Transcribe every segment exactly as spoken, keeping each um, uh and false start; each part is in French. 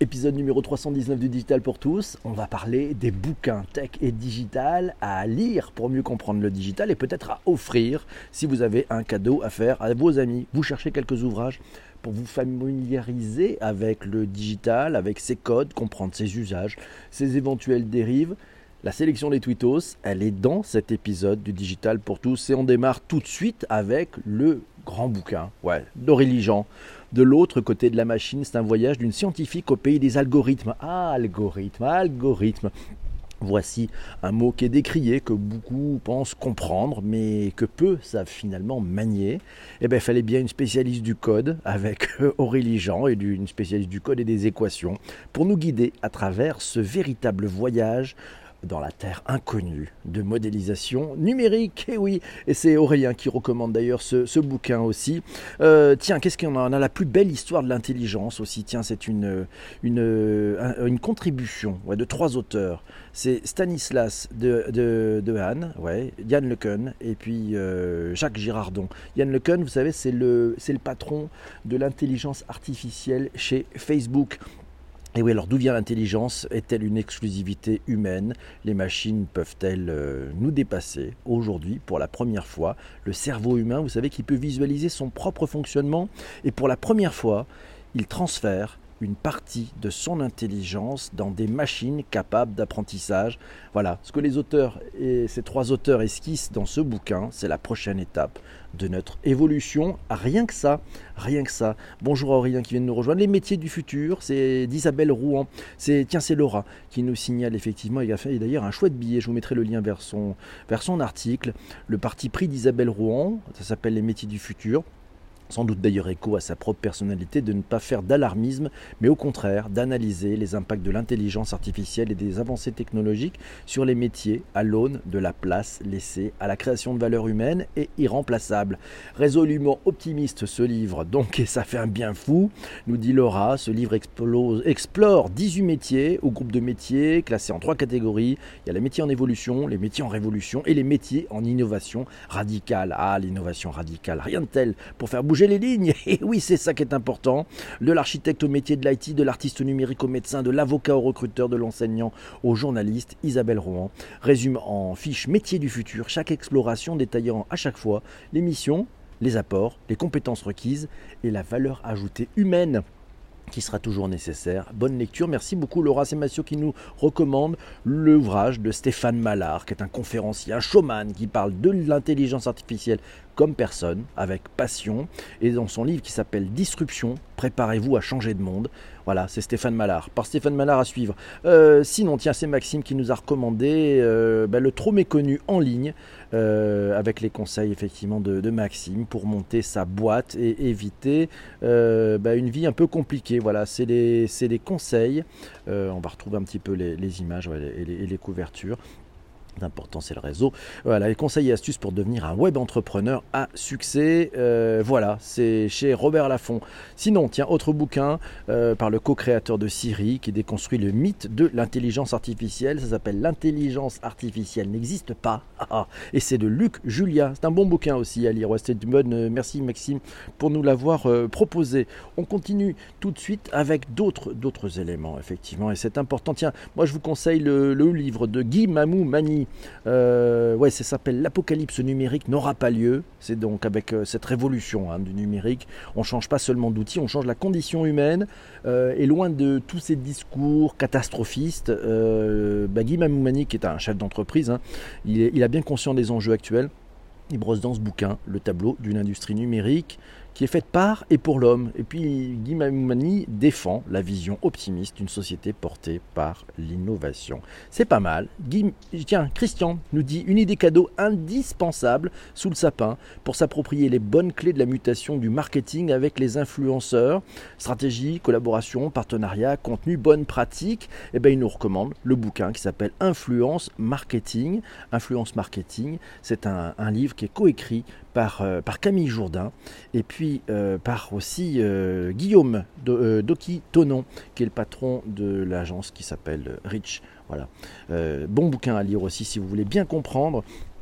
Épisode numéro trois cent dix-neuf du Digital pour tous. On va parler des bouquins tech et digital à lire pour mieux comprendre le digital et peut-être à offrir si vous avez un cadeau à faire à vos amis. Vous cherchez quelques ouvrages pour vous familiariser avec le digital, avec ses codes, comprendre ses usages, ses éventuelles dérives. La sélection des tweetos, elle est dans cet épisode du Digital pour tous et on démarre tout de suite avec le grand bouquin ouais, d'Aurélie Jean. De l'autre côté de la machine, c'est un voyage d'une scientifique au pays des algorithmes. Ah, algorithme, algorithme. Voici un mot qui est décrié, que beaucoup pensent comprendre, mais que peu savent finalement manier. Eh bien, il fallait bien une spécialiste du code avec Aurélie Jean, et une spécialiste du code et des équations, pour nous guider à travers ce véritable voyage dans la terre inconnue de modélisation numérique. Et oui, et c'est Aurélien qui recommande d'ailleurs ce, ce bouquin aussi. Euh, tiens, qu'est-ce qu'on a On a la plus belle histoire de l'intelligence aussi. Tiens, c'est une, une, une contribution ouais, de trois auteurs. C'est Stanislas de, de, de Hahn, ouais, Yann LeCun et puis euh, Jacques Girardon. Yann LeCun, vous savez, c'est le, c'est le patron de l'intelligence artificielle chez Facebook. Et oui, alors d'où vient l'intelligence? Est-elle une exclusivité humaine? Les machines peuvent-elles euh, nous dépasser? Aujourd'hui, pour la première fois, le cerveau humain, vous savez qu'il peut visualiser son propre fonctionnement et pour la première fois, il transfère une partie de son intelligence dans des machines capables d'apprentissage. Voilà, ce que les auteurs et ces trois auteurs esquissent dans ce bouquin, c'est la prochaine étape de notre évolution. Rien que ça, rien que ça. Bonjour à Aurélien qui vient de nous rejoindre. Les métiers du futur, c'est d'Isabelle Rouen. C'est, tiens, c'est Laura qui nous signale effectivement, il a fait d'ailleurs un chouette billet, je vous mettrai le lien vers son, vers son article. Le parti pris d'Isabelle Rouen, ça s'appelle Les métiers du futur. Sans doute d'ailleurs écho à sa propre personnalité de ne pas faire d'alarmisme, mais au contraire d'analyser les impacts de l'intelligence artificielle et des avancées technologiques sur les métiers à l'aune de la place laissée à la création de valeur humaine et irremplaçable. Résolument optimiste ce livre, donc, et ça fait un bien fou, nous dit Laura. Ce livre explose, explore dix-huit métiers ou groupes de métiers classés en trois catégories. Il y a les métiers en évolution, les métiers en révolution et les métiers en innovation radicale. Ah, l'innovation radicale, rien de tel pour faire bouger les lignes, et oui, c'est ça qui est important. De l'architecte au métier de l'I T, de l'artiste numérique au médecin, de l'avocat au recruteur, de l'enseignant au journaliste, Isabelle Rouen résume en fiche métier du futur chaque exploration, détaillant à chaque fois les missions, les apports, les compétences requises et la valeur ajoutée humaine qui sera toujours nécessaire. Bonne lecture. Merci beaucoup Laura. C'est Massio qui nous recommande l'ouvrage de Stéphane Mallard, qui est un conférencier, un showman qui parle de l'intelligence artificielle comme personne, avec passion. Et dans son livre qui s'appelle Disruption, préparez-vous à changer de monde. Voilà, c'est Stéphane Mallard. Par Stéphane Mallard à suivre. Euh, sinon, tiens, c'est Maxime qui nous a recommandé euh, bah, le trop méconnu en ligne, euh, avec les conseils effectivement de, de Maxime pour monter sa boîte et éviter euh, bah, une vie un peu compliquée. Voilà, c'est les, c'est les conseils. Euh, on va retrouver un petit peu les, les images ouais, et, les, et les couvertures. L'important c'est le réseau. Voilà, les conseils et astuces pour devenir un web entrepreneur à succès. Euh, voilà, c'est chez Robert Laffont. Sinon, tiens, autre bouquin euh, par le co-créateur de Siri qui déconstruit le mythe de l'intelligence artificielle. Ça s'appelle L'intelligence artificielle n'existe pas. Ah, et c'est de Luc Julia. C'est un bon bouquin aussi à lire. Ouais, c'est une bonne. Euh, merci Maxime pour nous l'avoir euh, proposé. On continue tout de suite avec d'autres d'autres éléments effectivement et c'est important. Tiens, moi je vous conseille le, le livre de Guy Mamou Mani. Euh, ouais, ça s'appelle L'apocalypse numérique n'aura pas lieu. C'est donc avec euh, cette révolution hein, du numérique, on ne change pas seulement d'outils, on change la condition humaine. Euh, et loin de tous ces discours catastrophistes, euh, bah, Guy Mamoumani, qui est un chef d'entreprise, hein, il, est, il a bien conscience des enjeux actuels. Il brosse dans ce bouquin le tableau d'une industrie numérique qui est faite par et pour l'homme. Et puis Guy Mamoumani défend la vision optimiste d'une société portée par l'innovation. C'est pas mal. Guy, tiens, Christian nous dit une idée cadeau indispensable sous le sapin pour s'approprier les bonnes clés de la mutation du marketing avec les influenceurs. Stratégie, collaboration, partenariat, contenu, bonnes pratiques. Et bien il nous recommande le bouquin qui s'appelle Influence Marketing. Influence Marketing, c'est un, un livre qui est coécrit par, euh, par Camille Jourdain et puis euh, par aussi euh, Guillaume Do, euh, Doki Tonon qui est le patron de l'agence qui s'appelle Rich. Voilà. Euh, bon bouquin à lire aussi si vous voulez bien comprendre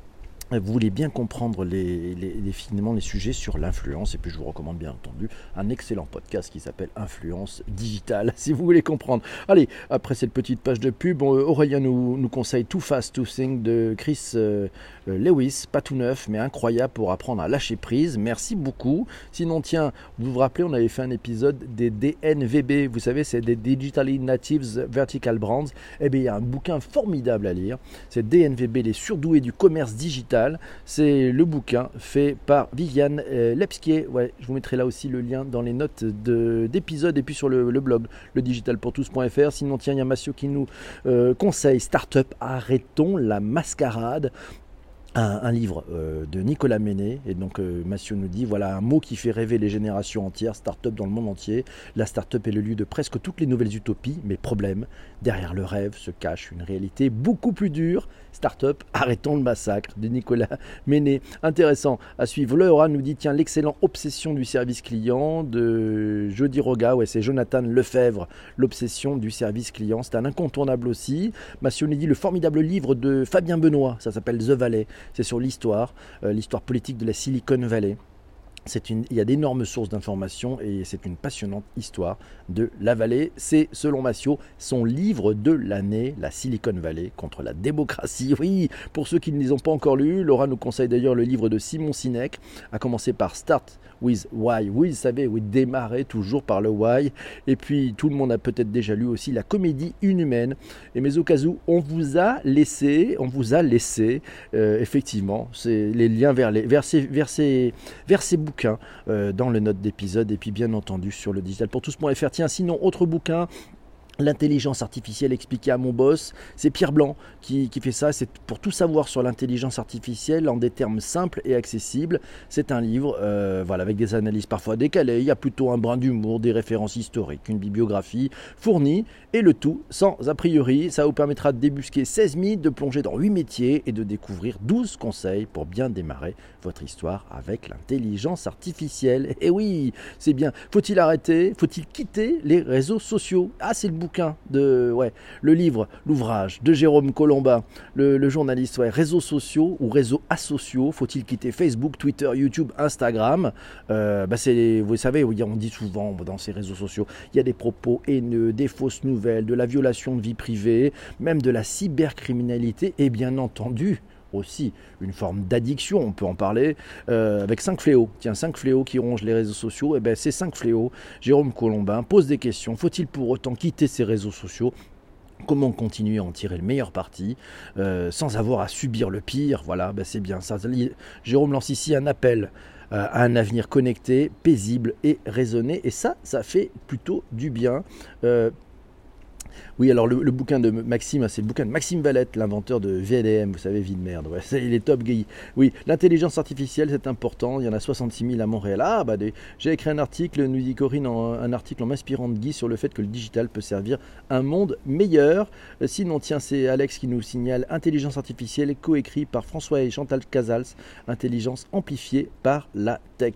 vous voulez bien comprendre les, les, les, finalement les sujets sur l'influence, et puis je vous recommande bien entendu un excellent podcast qui s'appelle Influence Digitale, si vous voulez comprendre. Allez, après cette petite page de pub, Aurélien nous, nous conseille Too Fast to Think de Chris euh, Lewis, pas tout neuf, mais incroyable pour apprendre à lâcher prise. Merci beaucoup. Sinon, tiens, vous vous rappelez, on avait fait un épisode des D N V B, vous savez, c'est des Digitally Natives Vertical Brands. Eh bien, il y a un bouquin formidable à lire, c'est D N V B, les surdoués du commerce digital. C'est le bouquin fait par Viviane euh, Lepskier. Ouais, je vous mettrai là aussi le lien dans les notes de, d'épisode et puis sur le, le blog le digital pour tous point f r. Sinon, tiens, il y a Massio qui nous euh, conseille Startup, arrêtons la mascarade. Un, un livre euh, de Nicolas Ménet, et donc euh, Massio nous dit, voilà un mot qui fait rêver les générations entières, start-up dans le monde entier. La start-up est le lieu de presque toutes les nouvelles utopies, mais problème, derrière le rêve se cache une réalité beaucoup plus dure. Start-up, arrêtons le massacre, de Nicolas Ménet. Intéressant à suivre. Laura nous dit, tiens, l'excellent Obsession du service client de Jody Roga, ouais, c'est Jonathan Lefebvre, l'obsession du service client, c'est un incontournable aussi. Massio nous dit, le formidable livre de Fabien Benoît, ça s'appelle The Valley. C'est sur l'histoire, euh, l'histoire politique de la Silicon Valley. C'est une, il y a d'énormes sources d'informations et c'est une passionnante histoire de la vallée. C'est, selon Massio, son livre de l'année, la Silicon Valley contre la démocratie. Oui, pour ceux qui ne les ont pas encore lus, Laura nous conseille d'ailleurs le livre de Simon Sinek, à commencer par Start with Why. Oui, vous savez, oui, démarrer toujours par le Why. Et puis, tout le monde a peut-être déjà lu aussi La comédie inhumaine. Et mais au cas où, on vous a laissé, on vous a laissé, euh, effectivement, c'est les liens vers, les, vers, ces, vers, ces, vers ces bouquins euh, dans le note d'épisode et puis bien entendu sur le digital pour tous point f r. Tiens, sinon, autre bouquin, L'intelligence artificielle expliquée à mon boss, c'est Pierre Blanc qui, qui fait ça, c'est pour tout savoir sur l'intelligence artificielle en des termes simples et accessibles. C'est un livre euh, voilà, avec des analyses parfois décalées, il y a plutôt un brin d'humour, des références historiques, une bibliographie fournie et le tout sans a priori. Ça vous permettra de débusquer seize mythes, de plonger dans huit métiers et de découvrir douze conseils pour bien démarrer votre histoire avec l'intelligence artificielle. Et oui, c'est bien. Faut-il arrêter, faut-il quitter les réseaux sociaux? Ah, c'est le bouquin de, ouais, le livre, l'ouvrage de Jérôme Colomba, le, le journaliste, ouais, réseaux sociaux ou réseaux asociaux, faut-il quitter Facebook, Twitter, YouTube, Instagram? euh, bah c'est, vous savez, on dit souvent dans ces réseaux sociaux, il y a des propos haineux, des fausses nouvelles, de la violation de vie privée, même de la cybercriminalité et bien entendu aussi une forme d'addiction, on peut en parler, euh, avec cinq fléaux. Tiens, cinq fléaux qui rongent les réseaux sociaux. Et bien, ces cinq fléaux, Jérôme Colombin pose des questions. Faut-il pour autant quitter ces réseaux sociaux? Comment continuer à en tirer le meilleur parti euh, sans avoir à subir le pire? Voilà, ben c'est bien ça. Jérôme lance ici un appel euh, à un avenir connecté, paisible et raisonné. Et ça, ça fait plutôt du bien. Euh, Oui, alors le, le bouquin de Maxime, c'est le bouquin de Maxime Valette, l'inventeur de V L M, vous savez, vie de merde. Ouais, c'est, il est top, Guy. Oui, l'intelligence artificielle, c'est important. Il y en a soixante-six mille à Montréal. Ah, bah, des, j'ai écrit un article, nous dit Corinne, en, un article en m'inspirant de Guy sur le fait que le digital peut servir un monde meilleur. Euh, sinon, tiens, c'est Alex qui nous signale Intelligence artificielle, coécrit par François et Chantal Casals. Intelligence amplifiée par la tech.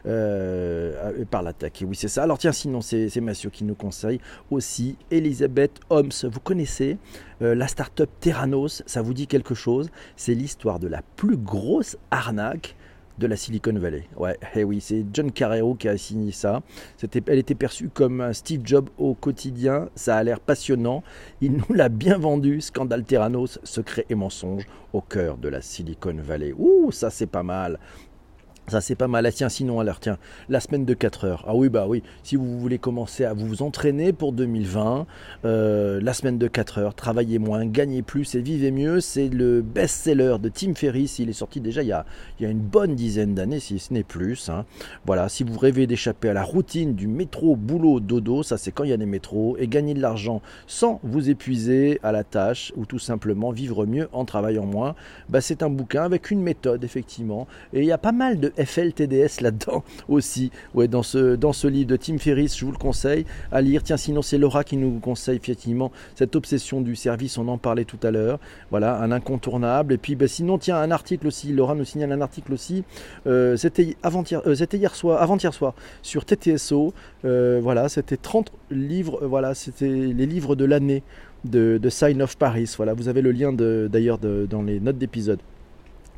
Euh, par la tech, oui, c'est ça. Alors, tiens, sinon, c'est, c'est Massio qui nous conseille aussi Elisabeth Holmes. Vous connaissez euh, la start-up Theranos, ça vous dit quelque chose? C'est l'histoire de la plus grosse arnaque de la Silicon Valley. Ouais, eh oui, c'est John Carreiro qui a signé ça. C'était, elle était perçue comme un Steve Jobs au quotidien. Ça a l'air passionnant. Il nous l'a bien vendu. Scandale Theranos, secret et mensonge au cœur de la Silicon Valley. Ouh, ça c'est pas mal. Ça c'est pas mal. Ah, tiens, sinon alors tiens, la semaine de quatre heures. Ah oui, bah oui, si vous voulez commencer à vous entraîner pour deux mille vingt, euh, la semaine de quatre heures, travaillez moins, gagnez plus et vivez mieux. C'est le best-seller de Tim Ferriss. Il est sorti déjà il y a, il y a une bonne dizaine d'années, si ce n'est plus. Hein. Voilà, si vous rêvez d'échapper à la routine du métro, boulot, dodo, ça c'est quand il y a des métros, et gagner de l'argent sans vous épuiser à la tâche, ou tout simplement vivre mieux en travaillant moins, bah, c'est un bouquin avec une méthode, effectivement. Et il y a pas mal de F L T D S là-dedans aussi, ouais, dans ce, dans ce livre de Tim Ferriss, je vous le conseille à lire. Tiens, sinon c'est Laura qui nous conseille effectivement cette obsession du service, on en parlait tout à l'heure, voilà, un incontournable. Et puis ben, sinon, tiens, un article aussi, Laura nous signale un article aussi, euh, c'était, avant-hier, euh, c'était hier soir, avant-hier soir, sur T T S O, euh, voilà, c'était trente livres, euh, voilà, c'était les livres de l'année de, de Sign of Paris, voilà, vous avez le lien de, d'ailleurs de, dans les notes d'épisode.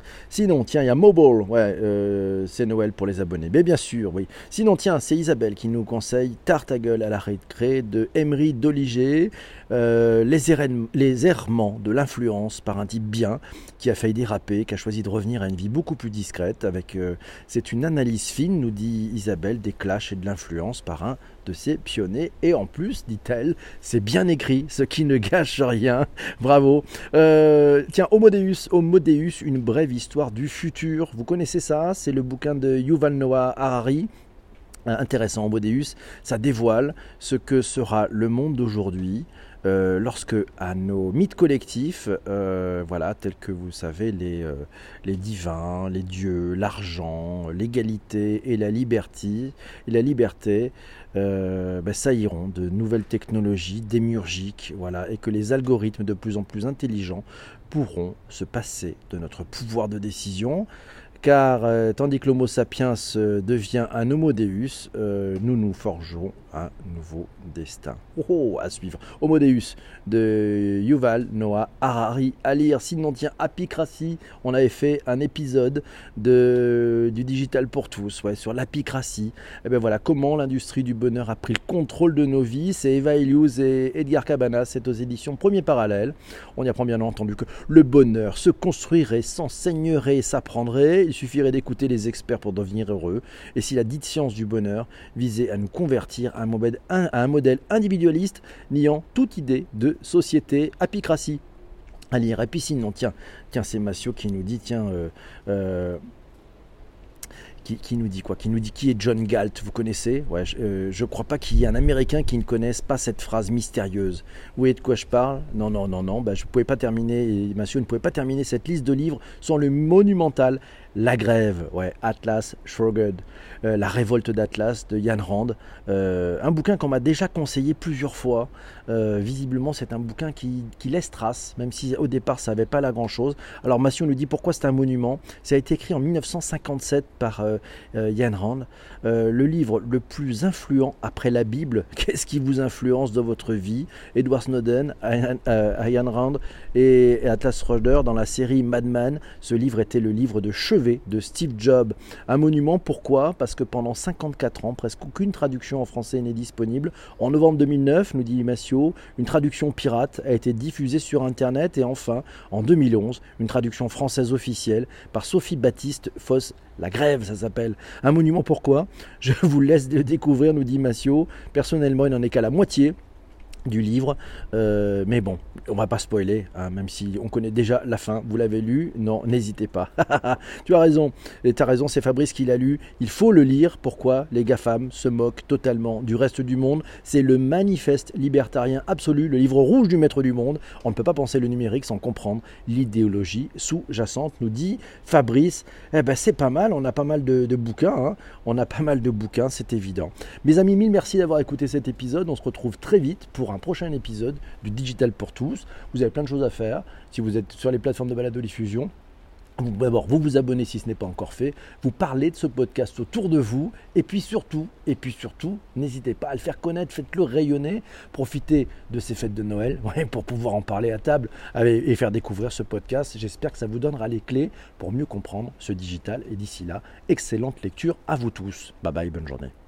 Sinon, tiens, il y a Mobile, ouais, euh, c'est Noël pour les abonnés, mais bien sûr, oui. Sinon, tiens, c'est Isabelle qui nous conseille Tarte à gueule à la récré de Emery Doliger, euh, les, erren- les errements de l'influence par un type bien qui a failli déraper, qui a choisi de revenir à une vie beaucoup plus discrète. Avec, euh, c'est une analyse fine, nous dit Isabelle, des clashs et de l'influence par un de ses pionniers. Et en plus, dit-elle, c'est bien écrit, ce qui ne gâche rien. Bravo. Euh, tiens, Homo Deus, Homo Deus, une brève histoire du futur. Vous connaissez ça? C'est le bouquin de Yuval Noah Harari. Intéressant, Homo Deus, ça dévoile ce que sera le monde d'aujourd'hui. Euh, lorsque à nos mythes collectifs, euh, voilà, tels que vous savez, les, euh, les divins, les dieux, l'argent, l'égalité et la liberté, et la liberté euh, ben, sailliront de nouvelles technologies démiurgiques, voilà, et que les algorithmes de plus en plus intelligents pourront se passer de notre pouvoir de décision. Car euh, tandis que l'Homo sapiens euh, devient un Homo Deus, euh, nous nous forgeons un nouveau destin. Oh, oh, à suivre. Homo Deus de Yuval Noah Harari à lire. Sinon, tiens, Apicratie, on avait fait un épisode de, du Digital pour tous, ouais, sur l'apicratie. Et bien voilà, comment l'industrie du bonheur a pris le contrôle de nos vies. C'est Eva Illouz et Edgar Cabanas, c'est aux éditions Premier Parallèle. On y apprend bien entendu que le bonheur se construirait, s'enseignerait et s'apprendrait. Il suffirait d'écouter les experts pour devenir heureux. Et si la dite science du bonheur visait à nous convertir à un modèle, à un modèle individualiste, niant toute idée de société, apicratie. À lire. Et puis sinon, tiens, tiens c'est Massio qui nous dit, tiens, euh, euh, Qui, qui nous dit quoi? Qui nous dit qui est John Galt? Vous connaissez? Ouais, je, euh, je crois pas qu'il y ait un Américain qui ne connaisse pas cette phrase mystérieuse. Vous voyez de quoi je parle? Non, non, non, non. Bah, je ne pouvais pas terminer, et Mathieu ne pouvait pas terminer cette liste de livres sans le monumental La Grève, ouais, Atlas Shrugged, euh, La révolte d'Atlas de Yann Rand. Euh, un bouquin qu'on m'a déjà conseillé plusieurs fois. Euh, visiblement, c'est un bouquin qui, qui laisse trace, même si au départ ça n'avait pas là grand-chose. Alors Massio nous dit pourquoi c'est un monument. Ça a été écrit en mille neuf cent cinquante-sept par euh, euh, Yann Rand. Euh, le livre le plus influent après la Bible. Qu'est-ce qui vous influence dans votre vie? Edward Snowden, Ayn Rand et Atlas Shrugged dans la série Mad Men. Ce livre était le livre de chevet de Steve Jobs. Un monument, pourquoi? Parce que pendant cinquante-quatre ans, presque aucune traduction en français n'est disponible. En novembre deux mille neuf, nous dit Massio, une traduction pirate a été diffusée sur Internet. Et enfin, en deux mille onze, une traduction française officielle par Sophie Baptiste Foss. La Grève, ça s'appelle. Un monument, pourquoi? Je vous laisse le découvrir, nous dit Massio. Personnellement, il n'en est qu'à la moitié du livre, euh, mais bon, on va pas spoiler, hein, même si on connaît déjà la fin. Vous l'avez lu? Non, n'hésitez pas. Tu as raison, et tu as raison, c'est Fabrice qui l'a lu. Il faut le lire. Pourquoi? Les GAFAM se moquent totalement du reste du monde. C'est le manifeste libertarien absolu, le livre rouge du maître du monde. On ne peut pas penser le numérique sans comprendre l'idéologie sous-jacente, nous dit Fabrice. Eh ben c'est pas mal, on a pas mal de, de bouquins, hein. On a pas mal de bouquins, c'est évident. Mes amis, mille merci d'avoir écouté cet épisode. On se retrouve très vite pour un prochain épisode du Digital pour tous. Vous avez plein de choses à faire. Si vous êtes sur les plateformes de balado-diffusion, d'abord, vous vous abonnez si ce n'est pas encore fait. Vous parlez de ce podcast autour de vous. Et puis surtout, et puis surtout, n'hésitez pas à le faire connaître. Faites-le rayonner. Profitez de ces fêtes de Noël ouais, pour pouvoir en parler à table et faire découvrir ce podcast. J'espère que ça vous donnera les clés pour mieux comprendre ce digital. Et d'ici là, excellente lecture à vous tous. Bye bye, bonne journée.